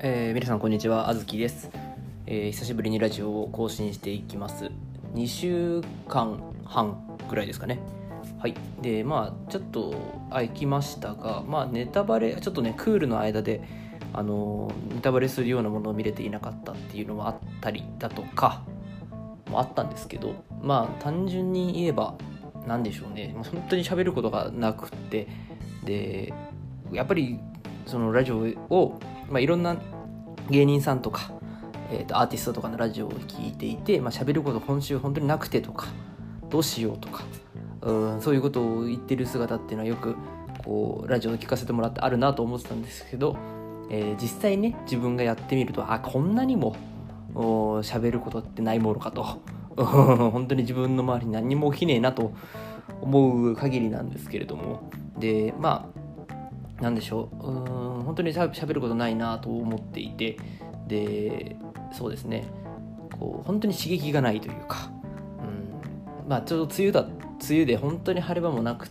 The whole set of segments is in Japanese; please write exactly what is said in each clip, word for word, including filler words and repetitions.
えー、皆さんこんにちは、あずきです、えー、久しぶりにラジオを更新していきます。にしゅうかんはんぐらいですかね。はい。でまあちょっと空きましたが、まあネタバレちょっとねクールの間であのネタバレするようなものを見れていなかったっていうのもあったりだとかもあったんですけど、まあ単純に言えばなんでしょうね、本当に喋ることがなくって、でやっぱりそのラジオを、まあ、いろんな芸人さんとか、えー、とアーティストとかのラジオを聞いていて、まあ、喋ること今週本当になくてとかどうしようとか、うんそういうことを言ってる姿っていうのはよくこうラジオで聞かせてもらってあるなと思ってたんですけど、えー、実際ね自分がやってみるとあこんなにも喋ることってないものかと本当に自分の周りに何にも起きねえなと思う限りなんですけれども、でまあなんでしょう、うーん本当にしゃべることないなと思っていて、でそうですねこう本当に刺激がないというか、うんまあちょうど梅雨だ梅雨で本当に晴れ間もなくって、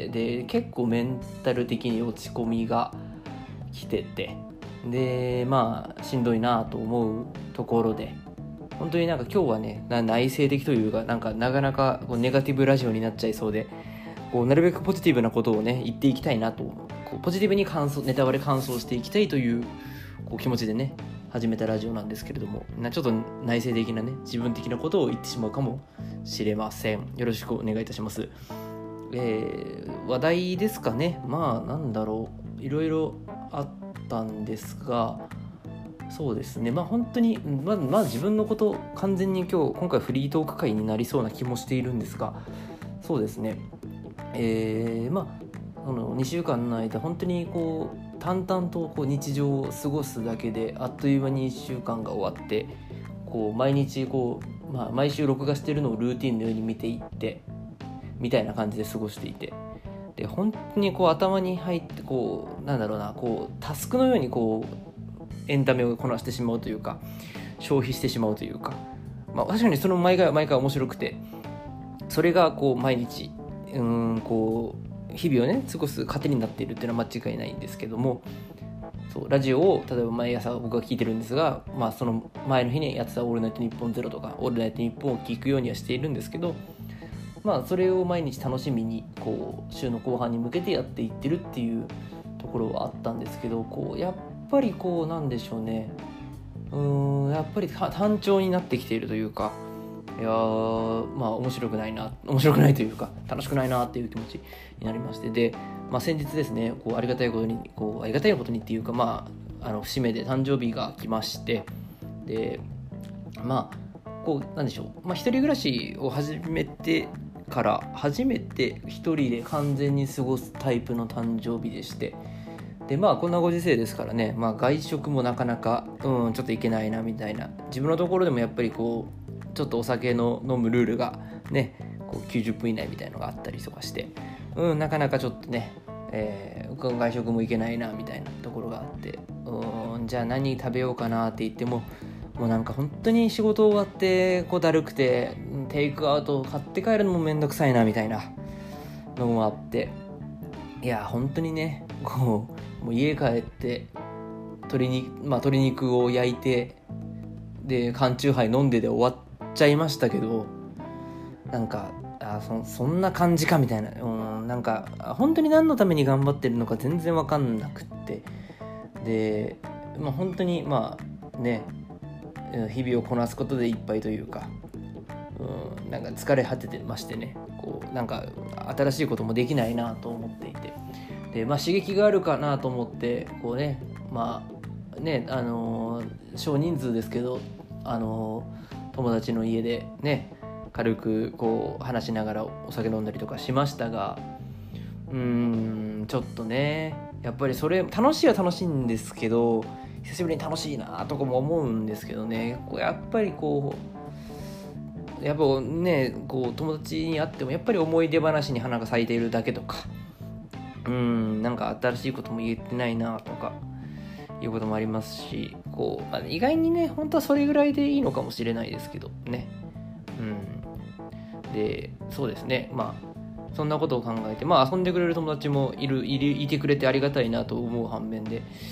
で結構メンタル的に落ち込みが来てて、でまあしんどいなと思うところで、本当になんか今日はね内省的というか、なんかなかなかこうネガティブラジオになっちゃいそうで、こうなるべくポジティブなことをね言っていきたいなと、こうポジティブに感想ネタバレ感想していきたいというこう気持ちでね始めたラジオなんですけれども、なちょっと内省的なね自分的なことを言ってしまうかもしれません。よろしくお願いいたします。えー、話題ですかね。まあなんだろう、いろいろあったんですが、そうですねまあ本当にまず、まあ、自分のこと完全に今日今回フリートーク会になりそうな気もしているんですが、そうですねえー、まあそのにしゅうかんの間本当にこう淡々とこう日常を過ごすだけであっという間にいっしゅうかんが終わって、こう毎日こう、まあ、毎週録画してるのをルーティンのように見ていってみたいな感じで過ごしていて、で本当にこう頭に入ってこうなんだろうなこうタスクのようにこうエンタメをこなしてしまうというか消費してしまうというか、まあ確かにその毎回毎回面白くて、それがこう毎日うーんこう日々をね過ごす糧になっているっていうのは間違いないんですけども、そうラジオを例えば毎朝僕は聞いてるんですが、まあその前の日にやってたオールナイトニッポンゼロとかオールナイトニッポンを聞くようにはしているんですけど、まあそれを毎日楽しみにこう週の後半に向けてやっていってるっていうところはあったんですけど、こうやっぱりこうなんでしょうね、うーんやっぱり単調になってきているというか、いやまあ面白くないな面白くないというか楽しくないなっていう気持ちになりまして、で、まあ、先日ですねこうありがたいことにこうありがたいことにっていうか、まああの節目で誕生日が来まして、でまあこうなんでしょう、まあ、一人暮らしを始めてから初めて一人で完全に過ごすタイプの誕生日でして、でまあこんなご時世ですからね、まあ、外食もなかなか、うん、ちょっといけないなみたいな、自分のところでもやっぱりこうちょっとお酒の飲むルールがねこうきゅうじゅっぷん以内みたいのがあったりとかして、うん、なかなかちょっとね、えー、外食もいけないなみたいなところがあって、うん、じゃあ何食べようかなって言ってももうなんか本当に仕事終わってこうだるくてテイクアウト買って帰るのもめんどくさいなみたいなのもあって、いや本当にねこうもう家帰って鶏肉、まあ、鶏肉を焼いてで缶チューハイ飲んでで終わっちゃいましたけど、なんかあ そ, そんな感じかみたいな、うんなんか本当に何のために頑張ってるのか全然分かんなくって、で、まあ、本当にまあね日々をこなすことでいっぱいというか、うんなんか疲れ果ててましてね、こうなんか新しいこともできないなと思っていて、で、まあ、刺激があるかなと思ってこうねまあねあのー、少人数ですけどあのー、友達の家でね軽くこう話しながらお酒飲んだりとかしましたが、うーんちょっとねやっぱりそれ楽しいは楽しいんですけど、久しぶりに楽しいなとかも思うんですけどね、こうやっぱりこうやっぱねこう友達に会ってもやっぱり思い出話に花が咲いているだけとか、うーんなんか新しいことも言えてないなとかいうこともありますし、こう、まあ、意外にね本当はそれぐらいでいいのかもしれないですけどね、うんでそうですねまあそんなことを考えて、まあ遊んでくれる友達もいるいるいてくれてありがたいなと思う反面で、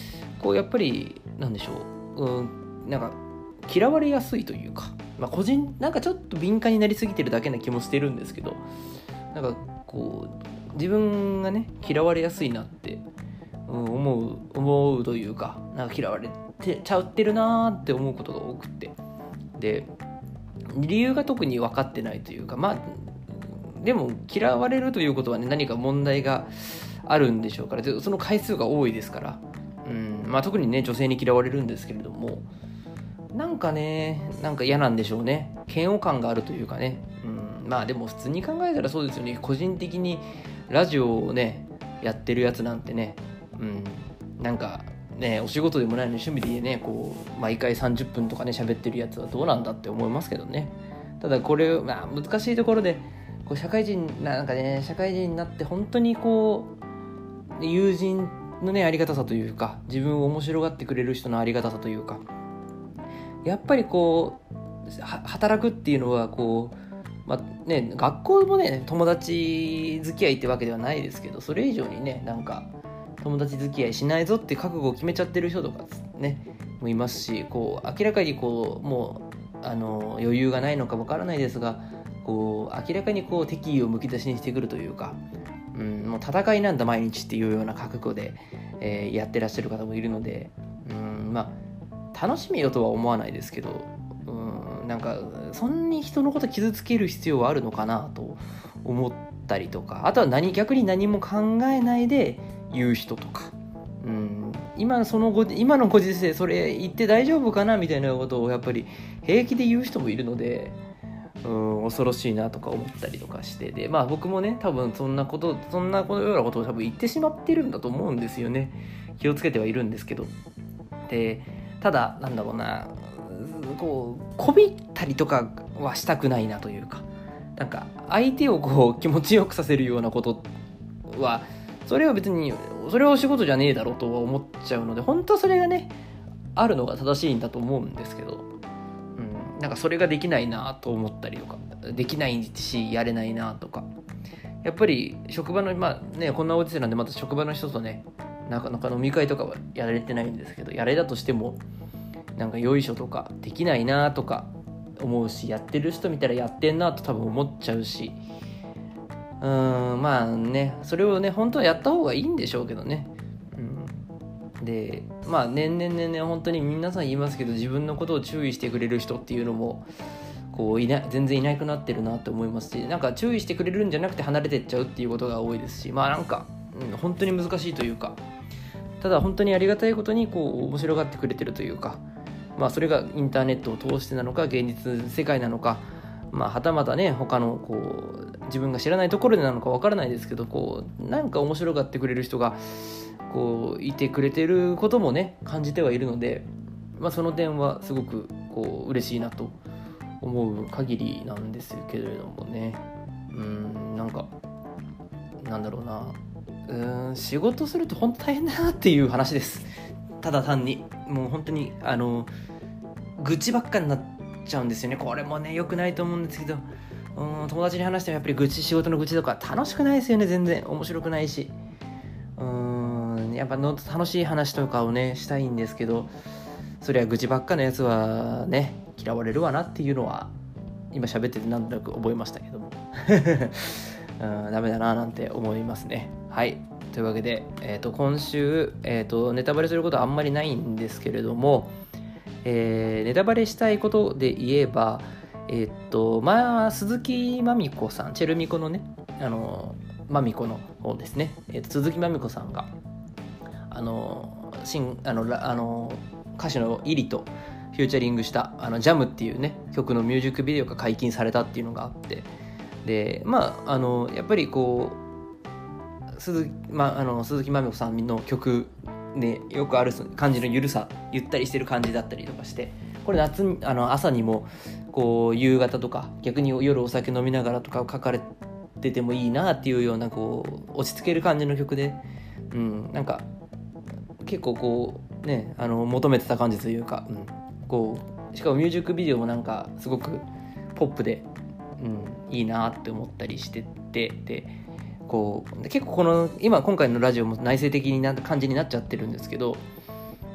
こうやっぱりなんでしょう、うん、なんか嫌われやすいというか、まあ、個人なんかちょっと敏感になりすぎてるだけな気もしてるんですけど、なんかこう自分がね嫌われやすいなって、うん、思う思うというか、なんか嫌われてちゃってるなーって思うことが多くて、で理由が特に分かってないというか、まあでも嫌われるということはね何か問題があるんでしょうから、でその回数が多いですから、うんまあ、特にね女性に嫌われるんですけれども、なんかねなんか嫌なんでしょうね。嫌悪感があるというかね、うん、まあでも普通に考えたらそうですよね。個人的にラジオをねやってるやつなんてね、うん、なんかねお仕事でもないのに趣味でねこう毎回さんじゅっぷんとかね喋ってるやつはどうなんだって思いますけどね。ただこれ、まあ、難しいところでこう社会人なんかね社会人になって本当にこう友人のねありがたさというか、自分を面白がってくれる人のありがたさというか、やっぱりこう働くっていうのはこう、まあね、学校もね友達付き合いってわけではないですけど、それ以上にねなんか友達付き合いしないぞって覚悟を決めちゃってる人とかねもいますし、こう明らかにこうもうあの余裕がないのかわからないですが、こう明らかにこう敵意をむき出しにしてくるというか、うん、もう戦いなんだ毎日っていうような覚悟で、えー、やってらっしゃる方もいるので、うん、まあ楽しみよとは思わないですけど、うん、なんかそんなに人のこと傷つける必要はあるのかなと思ったりとか、あとは何逆に何も考えないで言う人とか、うん、今そのご今のご時世それ言って大丈夫かなみたいなことをやっぱり平気で言う人もいるので、うん、恐ろしいなとか思ったりとかして、でまあ僕もね多分そんなことそんなようなことを多分言ってしまってるんだと思うんですよね。気をつけてはいるんですけど、でただなんだろうな、こうこびったりとかはしたくないなというか、なんか相手をこう気持ちよくさせるようなことはそれは別にそれはお仕事じゃねえだろうとは思っちゃうので、本当はそれがねあるのが正しいんだと思うんですけど、うん、なんかそれができないなと思ったりとか、できないしやれないなとか、やっぱり職場のまあねこんなおじせなんでまた職場の人とねなかなか飲み会とかはやられてないんですけど、やれたとしてもなんかよいしょとかできないなとか思うし、やってる人見たらやってんなと多分思っちゃうし、うーんまあねそれをね本当はやった方がいいんでしょうけどね、うん、でまあ年々年々本当に皆さん言いますけど、自分のことを注意してくれる人っていうのもこういな全然いなくなってるなと思いますし、なんか注意してくれるんじゃなくて離れてっちゃうっていうことが多いですし、まあなんか、うん、本当に難しいというか、ただ本当にありがたいことにこう面白がってくれてるというか、まあそれがインターネットを通してなのか現実世界なのか、まあはたまたね他のこう自分が知らないところでなのかわからないですけど、こうなんか面白がってくれる人がこういてくれてることもね感じてはいるので、まあその点はすごくこう嬉しいなと思う限りなんですけれどもね。うーんなんかなんだろうな、うーん仕事すると本当大変だなっていう話です。ただ単にもう本当にあの愚痴ばっかになっちゃうんですよね。これもね良くないと思うんですけど、うん友達に話してもやっぱり愚痴仕事の愚痴とか楽しくないですよね。全然面白くないし、うーんやっぱの楽しい話とかをねしたいんですけど、そりゃ愚痴ばっかのやつはね嫌われるわなっていうのは今喋っててなんとなく覚えましたけどもうんダメだななんて思いますね。はい、というわけで、えー、と今週、えー、とネタバレすることはあんまりないんですけれども、えー、ネタバレしたいことで言えば、えっ、とまあ鈴木まみこさん、チェルミコのねあのまみこの方ですね、えー、と鈴木まみこさんがあの新あのあの歌手のイリとフューチャリングしたあのジャムっていうね曲のミュージックビデオが解禁されたっていうのがあって、でまああのやっぱりこう鈴,、まあ、あの鈴木まみこさんの曲ねよくある感じのゆるさ、ゆったりしてる感じだったりとかして、これ夏にあの朝にもこう夕方とか逆に夜お酒飲みながらとか書かれててもいいなっていうようなこう落ち着ける感じの曲で、うん、なんか結構こうねあの求めてた感じというか、うん、こうしかもミュージックビデオもなんかすごくポップで、うん、いいなって思ったりしてて、でこう結構この今今回のラジオも内省的な感じになっちゃってるんですけど、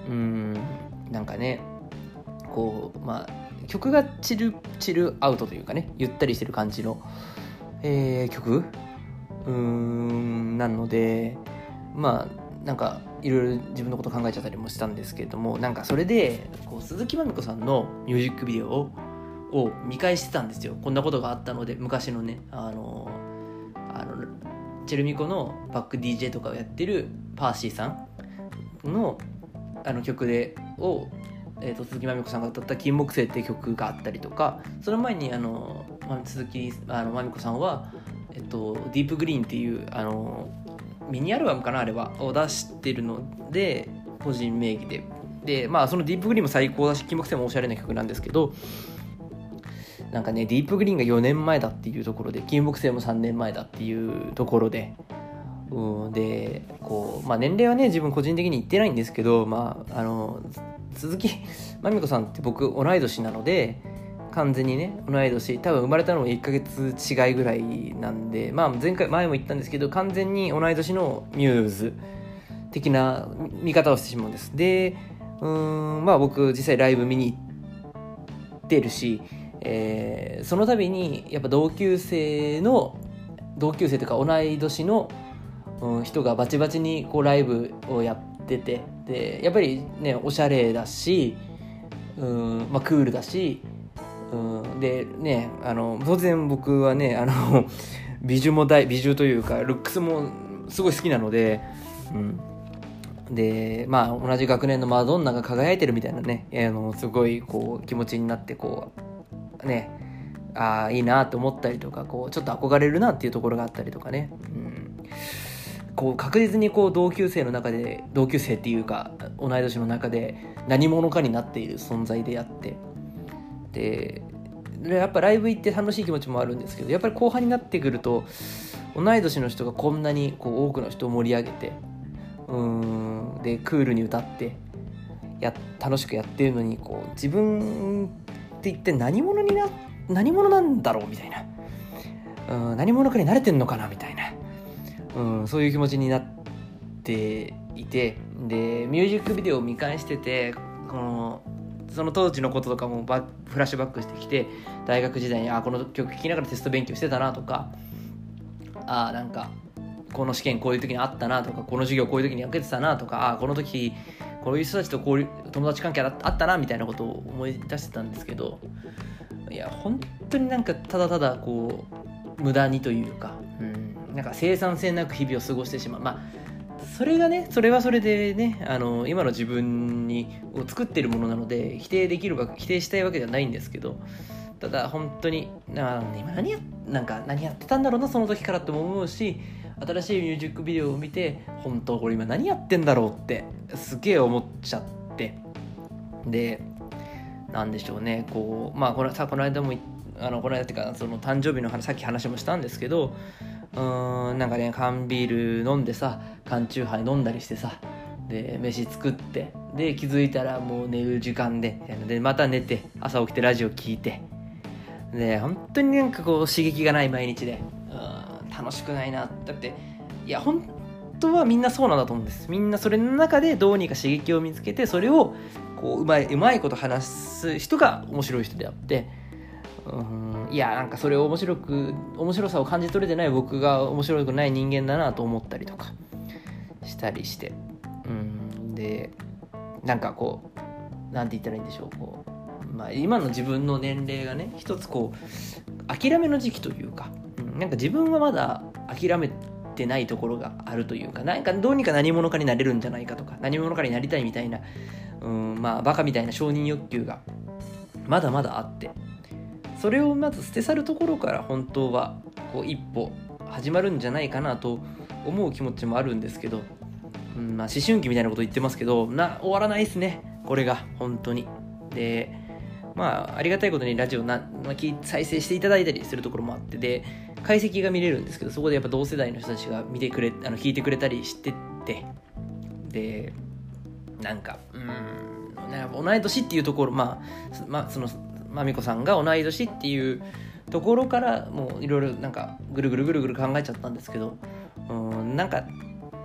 んなんかねこうまあ曲がチルチルアウトというかねゆったりしてる感じの、えー、曲うーんなのでまあなんかいろいろ自分のこと考えちゃったりもしたんですけれども、なんかそれでこう鈴木まみこさんのミュージックビデオをを見返してたんですよ。こんなことがあったので、昔のねあのあのチェルミコのバック ディージェー とかをやってるパーシーさんのあの曲でを、えー、と鈴木まみこさんが歌った金木犀っていう曲があったりとか、その前にあの、ま、鈴木あのまみこさんは、えっと、ディープグリーンっていうあのミニアルバムかなあれはを出してるので個人名義ででまあそのディープグリーンも最高だし金木犀もおしゃれな曲なんですけど、なんかねディープグリーンがよねんまえだっていうところで金木犀もさんねんまえだっていうところで、うんでこう、まあ、年齢はね自分個人的に言ってないんですけど、まあ、あの鈴木まみこさんって僕同い年なので完全にね同い年、多分生まれたのもいっかげつ違いぐらいなんで、まあ前回前も言ったんですけど完全に同い年のミューズ的な見方をしてしまうんです。でうーんまあ僕実際ライブ見に行ってるし、えー、その度にやっぱ同級生の同級生というか同い年の、うん、人がバチバチにこうライブをやってて、でやっぱりねおしゃれだし、うんまあ、クールだし、うんでねあの当然僕はねあの美女も大美女というかルックスもすごい好きなので、うん、でまあ同じ学年のマドンナが輝いてるみたいなねあのすごいこう気持ちになってこうねああいいなと思ったりとか、こうちょっと憧れるなっていうところがあったりとかね、うん、こう確実にこう同級生の中で同級生っていうか同い年の中で何者かになっている存在であって、でやっぱライブ行って楽しい気持ちもあるんですけど、やっぱり後半になってくると同い年の人がこんなにこう多くの人を盛り上げてうーんでクールに歌ってや楽しくやってるのに、こう自分って一体何者にな何者なんだろうみたいな、うん何者かに慣れてんのかなみたいな、うんそういう気持ちになっていて、でミュージックビデオを見返しててこのその当時のこととかもバフラッシュバックしてきて、大学時代にあこの曲聴きながらテスト勉強してたなとか、あなんかこの試験こういう時にあったなとか、この授業こういう時に受けてたなとか、あこの時こういう人たちとこういう友達関係あったなみたいなことを思い出してたんですけど、いや本当になんかただただこう無駄にというか、うん、なんか生産性なく日々を過ごしてしまう。まあそれがねそれはそれでねあの今の自分にを作っているものなので否定できるわ否定したいわけではないんですけど、ただ本当にな今何やなんか何やってたんだろうなその時からって思うし、新しいミュージックビデオを見て本当これ今何やってんだろうってすげえ思っちゃって、でなんでしょうねこうまあこのさこの間もあのこの間ってかその誕生日の話さっき話もしたんですけど、うーんなんかね缶ビール飲んでさ缶チューハイ飲んだりしてさ、で飯作ってで気づいたらもう寝る時間ででまた寝て朝起きてラジオ聞いて、で本当になんかこう刺激がない毎日で、うん楽しくないな。だっていや本当はみんなそうなんだと思うんです。みんなそれの中でどうにか刺激を見つけてそれをこううまいうまいこと話す人が面白い人であって、うんいやなんかそれを面白く面白さを感じ取れてない僕が面白くない人間だなと思ったりとかしたりして、うんでなんかこうなんて言ったらいいんでしょう、こう、まあ、今の自分の年齢がね一つこう諦めの時期というか、うん、なんか自分はまだ諦めてないところがあるというか、なんかどうにか何者かになれるんじゃないかとか何者かになりたいみたいな、うんまあバカみたいな承認欲求がまだまだあって、それをまず捨て去るところから本当はこう一歩始まるんじゃないかなと思う気持ちもあるんですけど、うんまあ、思春期みたいなこと言ってますけどな終わらないですねこれが本当に。でまあありがたいことにラジオな、まあ、再生していただいたりするところもあって、で解析が見れるんですけど、そこでやっぱ同世代の人たちが見てくれあの聞いてくれたりしてて、でなんかうんなんか同い年っていうところ、まあ、まあ、そのまみこさんが同い年っていうところからもういろいろなんかぐるぐるぐるぐる考えちゃったんですけど、うんなんか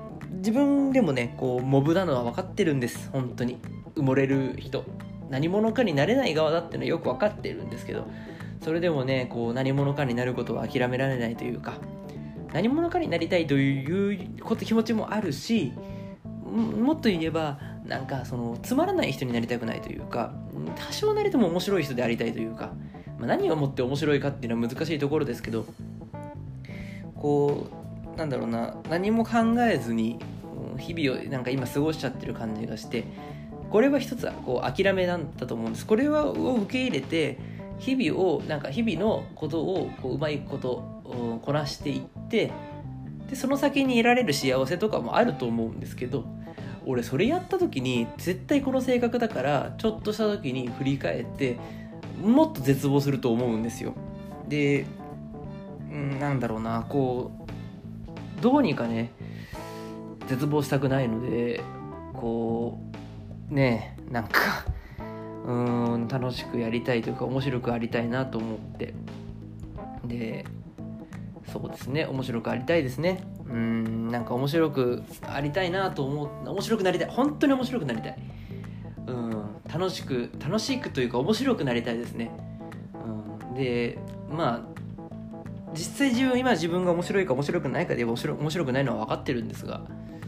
自分でもねこうモブなのは分かってるんです。本当に埋もれる人、何者かになれない側だっていうのはよく分かってるんですけど、それでもねこう何者かになることは諦められないというか、何者かになりたいということ気持ちもあるし、もっと言えばなんかそのつまらない人になりたくないというか、多少なりとも面白い人でありたいというか、まあ、何をもって面白いかっていうのは難しいところですけど、こうなんだろうな、何も考えずに日々をなんか今過ごしちゃってる感じがして、これは一つはこう諦めなんだと思うんです。これはを受け入れて日々をなんか日々のことをこううまいことこなしていって、でその先に得られる幸せとかもあると思うんですけど、俺それやった時に絶対この性格だからちょっとした時に振り返ってもっと絶望すると思うんですよ。で、うん、なんだろうな、こうどうにかね絶望したくないので、こうねなんかうーん楽しくやりたいというか面白くありたいなと思って、でそうですね面白くありたいですね。うーんなんか面白くありたいなと思う、面白くなりたい、本当に面白くなりたい、うん楽しく楽しくというか面白くなりたいですね。うん、でまあ実際自分今自分が面白いか面白くないかで面白面白くないのは分かってるんですが、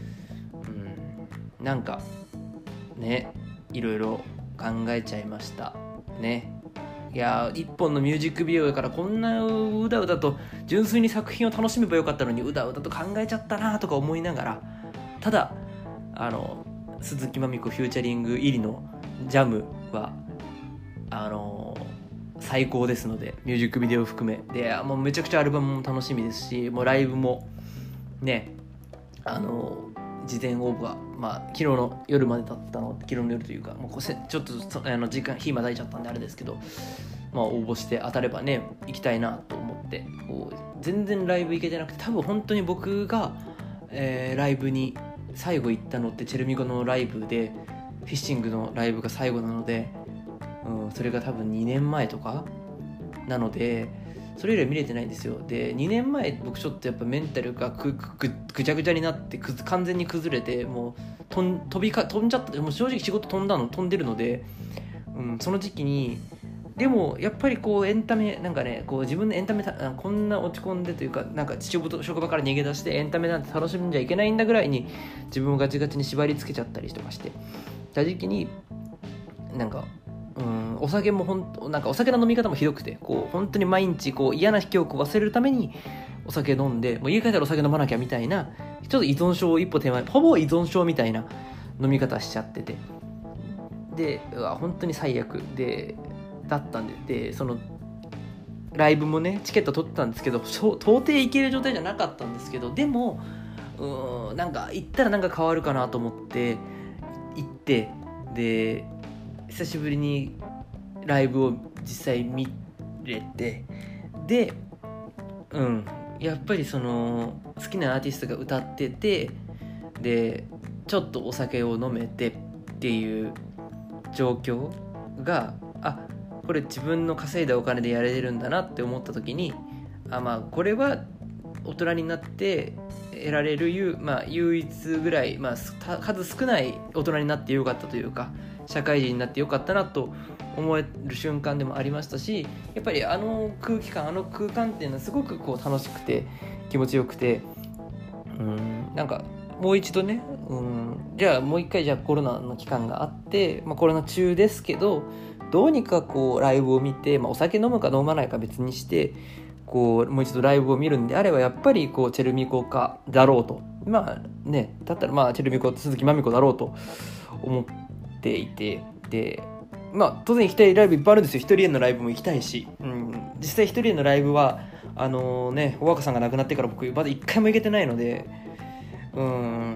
うんなんかねいろいろ考えちゃいましたね。いや一本のミュージックビデオだからこんなうだうだと純粋に作品を楽しめばよかったのにうだうだと考えちゃったなとか思いながら、ただあの鈴木まみこフューチャリング入りのジャムはあの最高ですので、ミュージックビデオ含めでもうめちゃくちゃアルバムも楽しみですし、もうライブもねあの事前応募が、まあ、昨日の夜までだったので、昨日の夜というかもうこうせちょっとあの時間日またいちゃったんであれですけど、まあ、応募して当たればね行きたいなと思って、こう全然ライブ行けてなくて、多分本当に僕が、えー、ライブに最後行ったのってチェルミコのライブで、フィッシングのライブが最後なので、うん、それが多分にねんまえとかなので、それ以来見れてないんですよ。でにねんまえ僕ちょっとやっぱメンタルがぐぐぐちゃぐちゃになってく完全に崩れて、もうとん飛びか飛んじゃった、もう正直仕事飛んだの飛んでるので、うん、その時期にでもやっぱりこうエンタメなんかねこう自分のエンタメこんな落ち込んでというか、なんか職場から逃げ出してエンタメなんて楽しんじゃいけないんだぐらいに自分をガチガチに縛り付けちゃったりとかしてた時期に、なんかうんお酒もほんなんかお酒の飲み方もひどくて、こう本当に毎日こう嫌な記憶を忘れるためにお酒飲んで、もう家帰ったらお酒飲まなきゃみたいな、ちょっと依存症一歩手前、ほぼ依存症みたいな飲み方しちゃってて、でうわ本当に最悪でだったんで、でそのライブもねチケット取ってたんですけど、到底行ける状態じゃなかったんですけど、でもうーんなんか行ったらなんか変わるかなと思って行って、で久しぶりにライブを実際見れて、でうんやっぱりその好きなアーティストが歌ってて、でちょっとお酒を飲めてっていう状況が、あこれ自分の稼いだお金でやれるんだなって思った時に、あまあこれは大人になって得られる、まあ、唯一ぐらい、まあ、数少ない大人になってよかったというか、社会人になってよかったなと思える瞬間でもありましたし、やっぱりあの空気感あの空間っていうのはすごくこう楽しくて気持ちよくて、うんなんかもう一度ね、うん、じゃあもう一回じゃあコロナの期間があって、まあ、コロナ中ですけどどうにかこうライブを見て、まあ、お酒飲むか飲まないか別にしてこうもう一度ライブを見るんであれば、やっぱりこうチェルミコかだろうと、まあねだったらまあチェルミコ鈴木まみこだろうと思っていて、でまあ当然行きたいライブいっぱいあるんですよ。一人へのライブも行きたいし、うん、実際一人へのライブはあのー、ねお若さんが亡くなってから僕まだ一回も行けてないので、うん、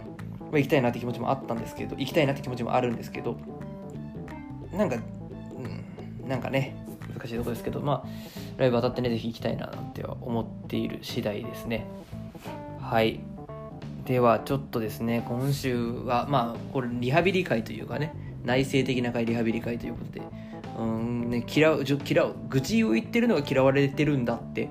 まあ、行きたいなって気持ちもあったんですけど、行きたいなって気持ちもあるんですけど、なんか、うん、なんかね難しいところですけど、まあライブ当たってねぜひ行きたいなっては思っている次第ですね。はい。ではちょっとですね、今週はまあこれリハビリ会というかね、内省的な会リハビリ会ということで、うーんね嫌う嫌う愚痴を言ってるのが嫌われてるんだって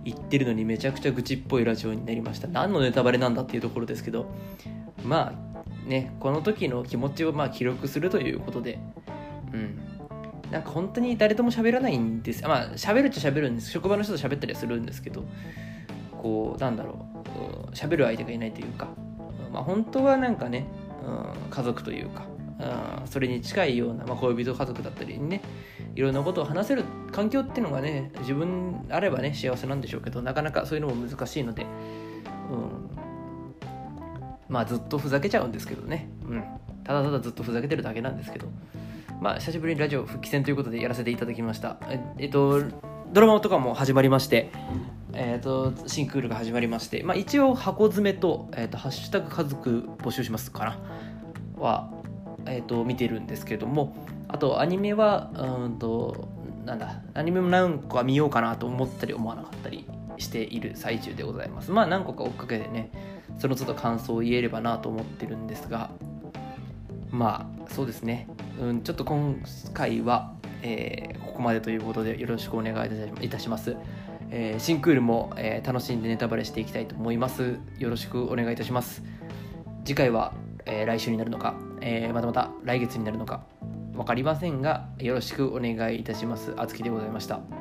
言ってるのにめちゃくちゃ愚痴っぽいラジオになりました。何のネタバレなんだっていうところですけど、まあね、この時の気持ちをまあ記録するということで、うんなんか本当に誰とも喋らないんです。まあ喋るっちゃ喋るんです。職場の人と喋ったりはするんですけど、こうなんだろう喋る相手がいないというか、まあ本当はなんかね、うん、家族というか、うん、それに近いような、まあ、恋人家族だったりね、いろんなことを話せる環境っていうのがね、自分あればね幸せなんでしょうけど、なかなかそういうのも難しいので、うん、まあずっとふざけちゃうんですけどね、うん、ただただずっとふざけてるだけなんですけど、まあ久しぶりにラジオ復帰戦ということでやらせていただきました。ええっとドラマとかも始まりまして、えっと新クールが始まりまして、まあ一応箱詰めと、えっとハッシュタグ家族募集しますかなは、えっと見てるんですけども、あとアニメはうんとなんだアニメも何個か見ようかなと思ったり思わなかったりしている最中でございます。まあ何個か追っかけてね、その都度感想を言えればなと思ってるんですが、まあそうですね、うん、ちょっと今回は、えー、ここまでということでよろしくお願いいたします。えー、新クールも、えー、楽しんでネタバレしていきたいと思います。よろしくお願いいたします。次回は、えー、来週になるのか、えー、またまた来月になるのか分かりませんが、よろしくお願いいたします。あつきでございました。